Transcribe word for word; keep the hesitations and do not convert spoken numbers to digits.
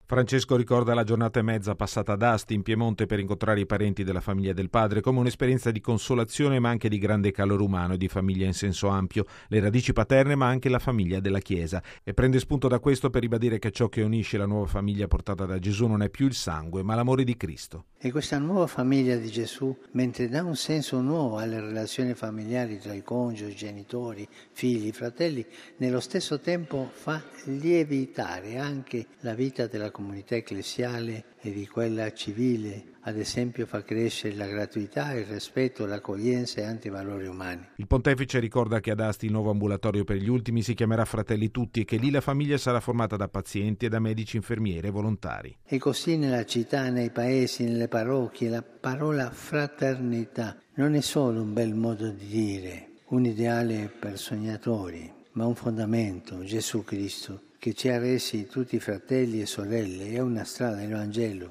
Francesco ricorda la giornata e mezza passata ad Asti, in Piemonte, per incontrare i parenti della famiglia del padre, come un'esperienza di consolazione ma anche di grande calore umano e di famiglia in senso ampio, le radici paterne ma anche la famiglia della Chiesa. E prende spunto da questo per ribadire che ciò che unisce la nuova famiglia portata da Gesù non è più il sangue, ma l'amore di Cristo. E questa nuova famiglia di Gesù, mentre dà un senso nuovo alle relazioni familiari tra i coniugi, genitori, figli, fratelli, nello stesso tempo fa lievitare anche la vita della comunità ecclesiale e di quella civile. Ad esempio fa crescere la gratuità, il rispetto, l'accoglienza e anche i valori umani. Il pontefice ricorda che ad Asti il nuovo ambulatorio per gli ultimi si chiamerà Fratelli Tutti e che lì la famiglia sarà formata da pazienti e da medici, infermieri e volontari. E così nella città, nei paesi, nelle parrocchie, la parola fraternità non è solo un bel modo di dire, un ideale per sognatori, ma un fondamento, Gesù Cristo, che ci ha resi tutti fratelli e sorelle. È una strada, il Vangelo,